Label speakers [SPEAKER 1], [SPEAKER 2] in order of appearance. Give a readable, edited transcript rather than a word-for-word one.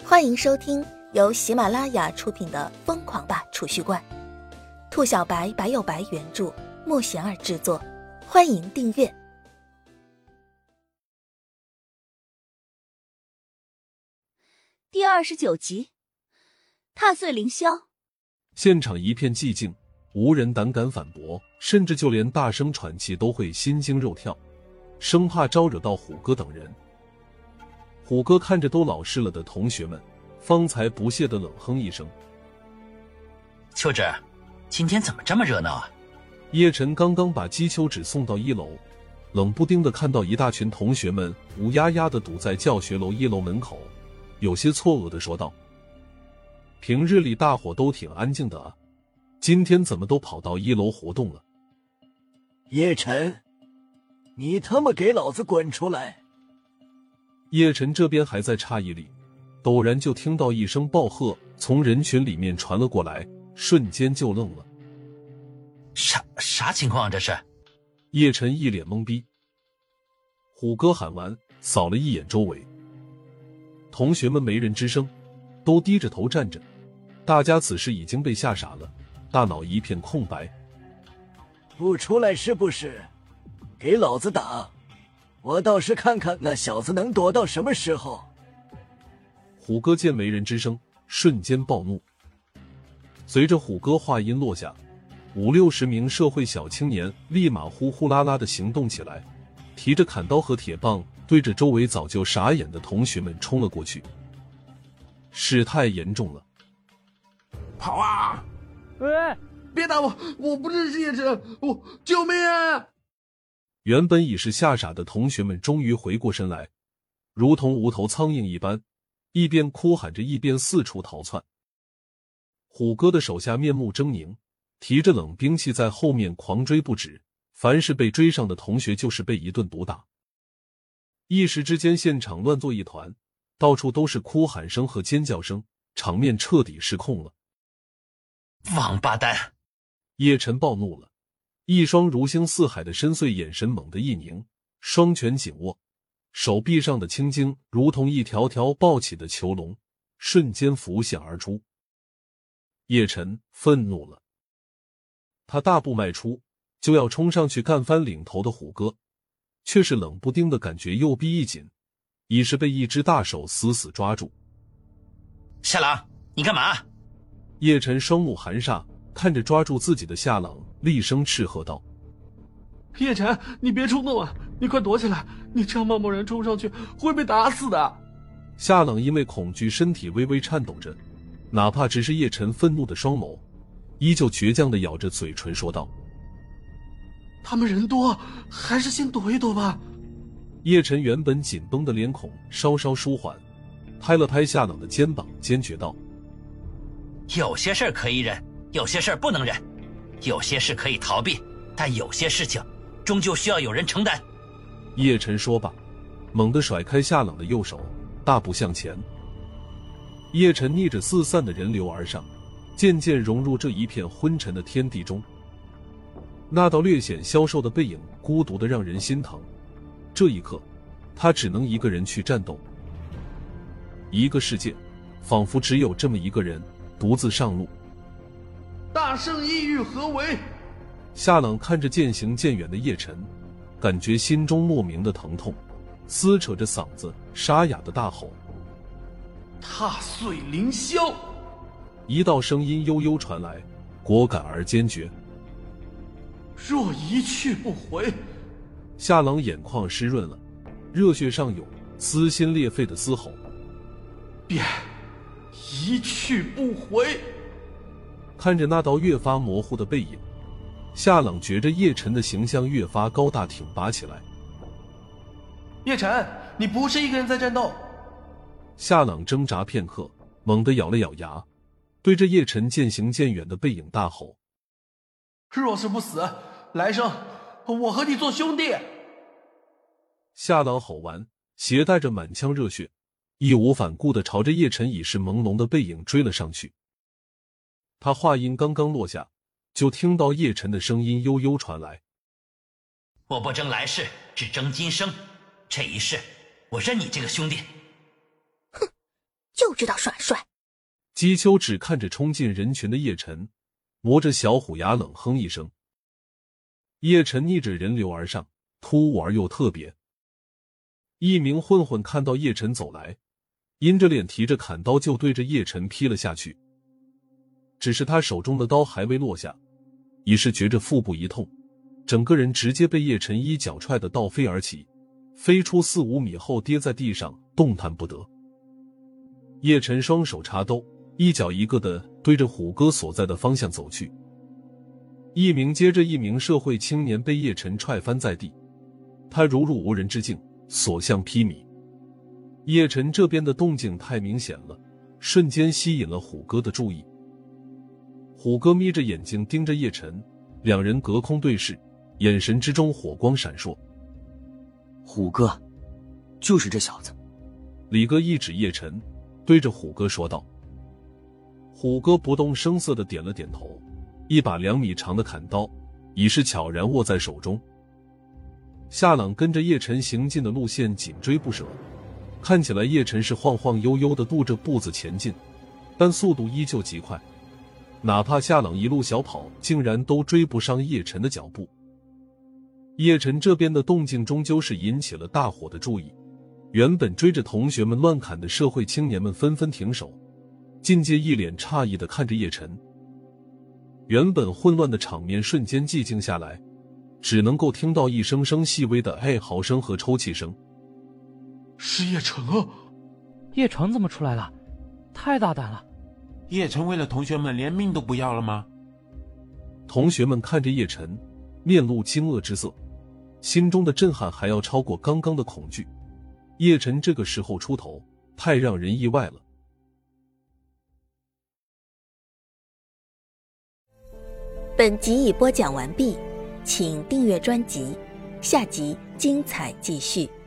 [SPEAKER 1] 欢迎收听由喜马拉雅出品的《疯狂吧储蓄罐》，兔小白白有白原著，莫贤儿制作。欢迎订阅。
[SPEAKER 2] 第29集，踏碎凌霄。
[SPEAKER 3] 现场一片寂静，无人胆敢反驳，甚至就连大声喘气都会心惊肉跳，生怕招惹到虎哥等人。虎哥看着都老实了的同学们，方才不屑地冷哼一声：
[SPEAKER 4] 秋芷，今天怎么这么热闹啊？
[SPEAKER 3] 叶晨刚刚把姬秋芷送到1楼，冷不丁地看到一大群同学们乌压压地堵在教学楼1楼门口，有些错愕地说道：平日里大伙都挺安静的啊，今天怎么都跑到1楼活动了？
[SPEAKER 5] 叶晨，你他妈给老子滚出来！
[SPEAKER 3] 叶晨这边还在诧异里，陡然就听到一声暴喝从人群里面传了过来，瞬间就愣了。
[SPEAKER 4] 啥情况啊这是？
[SPEAKER 3] 叶晨一脸懵逼。虎哥喊完，扫了一眼周围，同学们没人吱声，都低着头站着，大家此时已经被吓傻了，大脑一片空白。
[SPEAKER 5] 不出来是不是？给老子打！我倒是看看那小子能躲到什么时候。
[SPEAKER 3] 虎哥见没人吱声，瞬间暴怒。随着虎哥话音落下，50-60名社会小青年立马呼呼啦啦地行动起来，提着砍刀和铁棒，对着周围早就傻眼的同学们冲了过去。事态严重了！
[SPEAKER 6] 跑啊！
[SPEAKER 7] 喂，
[SPEAKER 6] 别打我！我不认识叶晨，我救命啊！
[SPEAKER 3] 原本已是吓傻的同学们终于回过神来，如同无头苍蝇一般，一边哭喊着一边四处逃窜。虎哥的手下面目狰狞，提着冷兵器在后面狂追不止，凡是被追上的同学就是被一顿毒打。一时之间现场乱作一团，到处都是哭喊声和尖叫声，场面彻底失控了。
[SPEAKER 4] 王八蛋！
[SPEAKER 3] 叶晨暴怒了，一双如星似海的深邃眼神猛地一凝，双拳紧握，手臂上的青筋如同一条条暴起的囚笼，瞬间浮现而出。叶晨愤怒了，他大步迈出，就要冲上去干翻领头的虎哥，却是冷不丁的感觉右臂一紧，已是被一只大手死死抓住。
[SPEAKER 4] 夏朗，你干嘛？
[SPEAKER 3] 叶晨双目含煞，看着抓住自己的夏朗，厉声斥喝道：
[SPEAKER 6] 叶晨，你别冲动啊！你快躲起来！你这样贸贸然冲上去会被打死的。
[SPEAKER 3] 夏朗因为恐惧身体微微颤抖着，哪怕只是叶晨愤怒的双眸，依旧倔强地咬着嘴唇说道：
[SPEAKER 6] 他们人多，还是先躲一躲吧。
[SPEAKER 3] 叶晨原本紧绷的脸孔稍稍舒缓，拍了拍夏朗的肩膀，坚决道：
[SPEAKER 4] 有些事可以忍，有些事不能忍，有些事可以逃避，但有些事情终究需要有人承担。
[SPEAKER 3] 叶晨说罢，猛地甩开夏朗的右手，大步向前。叶晨逆着四散的人流而上，渐渐融入这一片昏沉的天地中。那道略显消瘦的背影孤独得让人心疼，这一刻他只能一个人去战斗。一个世界仿佛只有这么一个人独自上路。
[SPEAKER 6] 大圣意欲何为？
[SPEAKER 3] 夏朗看着渐行渐远的叶晨，感觉心中莫名的疼痛，撕扯着嗓子沙哑的大吼：
[SPEAKER 6] 踏碎凌霄！
[SPEAKER 3] 一道声音悠悠传来，果敢而坚决：
[SPEAKER 6] 若一去不回。
[SPEAKER 3] 夏朗眼眶湿润了，热血上涌，撕心裂肺的嘶吼：
[SPEAKER 6] 便一去不回！
[SPEAKER 3] 看着那道越发模糊的背影，夏朗觉着叶晨的形象越发高大挺拔起来。
[SPEAKER 6] 叶晨，你不是一个人在战斗。
[SPEAKER 3] 夏朗挣扎片刻，猛地咬了咬牙，对着叶晨渐行渐远的背影大吼：
[SPEAKER 6] 若是不死，来生我和你做兄弟。
[SPEAKER 3] 夏朗吼完，携带着满腔热血，义无反顾地朝着叶晨已是朦胧的背影追了上去。他话音刚刚落下，就听到叶晨的声音悠悠传来：
[SPEAKER 4] 我不争来世，只争今生，这一世我认你这个兄弟。
[SPEAKER 1] 哼，就知道耍帅。
[SPEAKER 3] 姬秋只看着冲进人群的叶晨，磨着小虎牙冷哼一声。叶晨逆着人流而上，突兀而又特别。一名混混看到叶晨走来，阴着脸提着砍刀就对着叶晨劈了下去。只是他手中的刀还未落下，已是觉着腹部一痛，整个人直接被叶晨一脚踹得倒飞而起，飞出4-5米后跌在地上，动弹不得。叶晨双手插兜，一脚一个的对着虎哥所在的方向走去。一名接着一名社会青年被叶晨踹翻在地，他如入无人之境，所向披靡。叶晨这边的动静太明显了，瞬间吸引了虎哥的注意。虎哥眯着眼睛盯着叶晨，两人隔空对视，眼神之中火光闪烁。
[SPEAKER 7] 虎哥，就是这小子。
[SPEAKER 3] 李哥一指叶晨，对着虎哥说道。虎哥不动声色地点了点头，一把2米长的砍刀已是悄然握在手中。夏朗跟着叶晨行进的路线紧追不舍，看起来叶晨是晃晃悠悠地踱着步子前进，但速度依旧极快，哪怕夏朗一路小跑，竟然都追不上叶晨的脚步。叶晨这边的动静终究是引起了大伙的注意，原本追着同学们乱砍的社会青年们纷纷停手，尽皆一脸诧异地看着叶晨。原本混乱的场面瞬间寂静下来，只能够听到一声声细微的哀嚎声和抽泣声。
[SPEAKER 6] 是叶晨啊！
[SPEAKER 8] 叶晨怎么出来了？太大胆了！
[SPEAKER 9] 叶晨为了同学们连命都不要了吗？
[SPEAKER 3] 同学们看着叶晨，面露惊愕之色，心中的震撼还要超过刚刚的恐惧。叶晨这个时候出头，太让人意外了。
[SPEAKER 1] 本集已播讲完毕，请订阅专辑，下集精彩继续。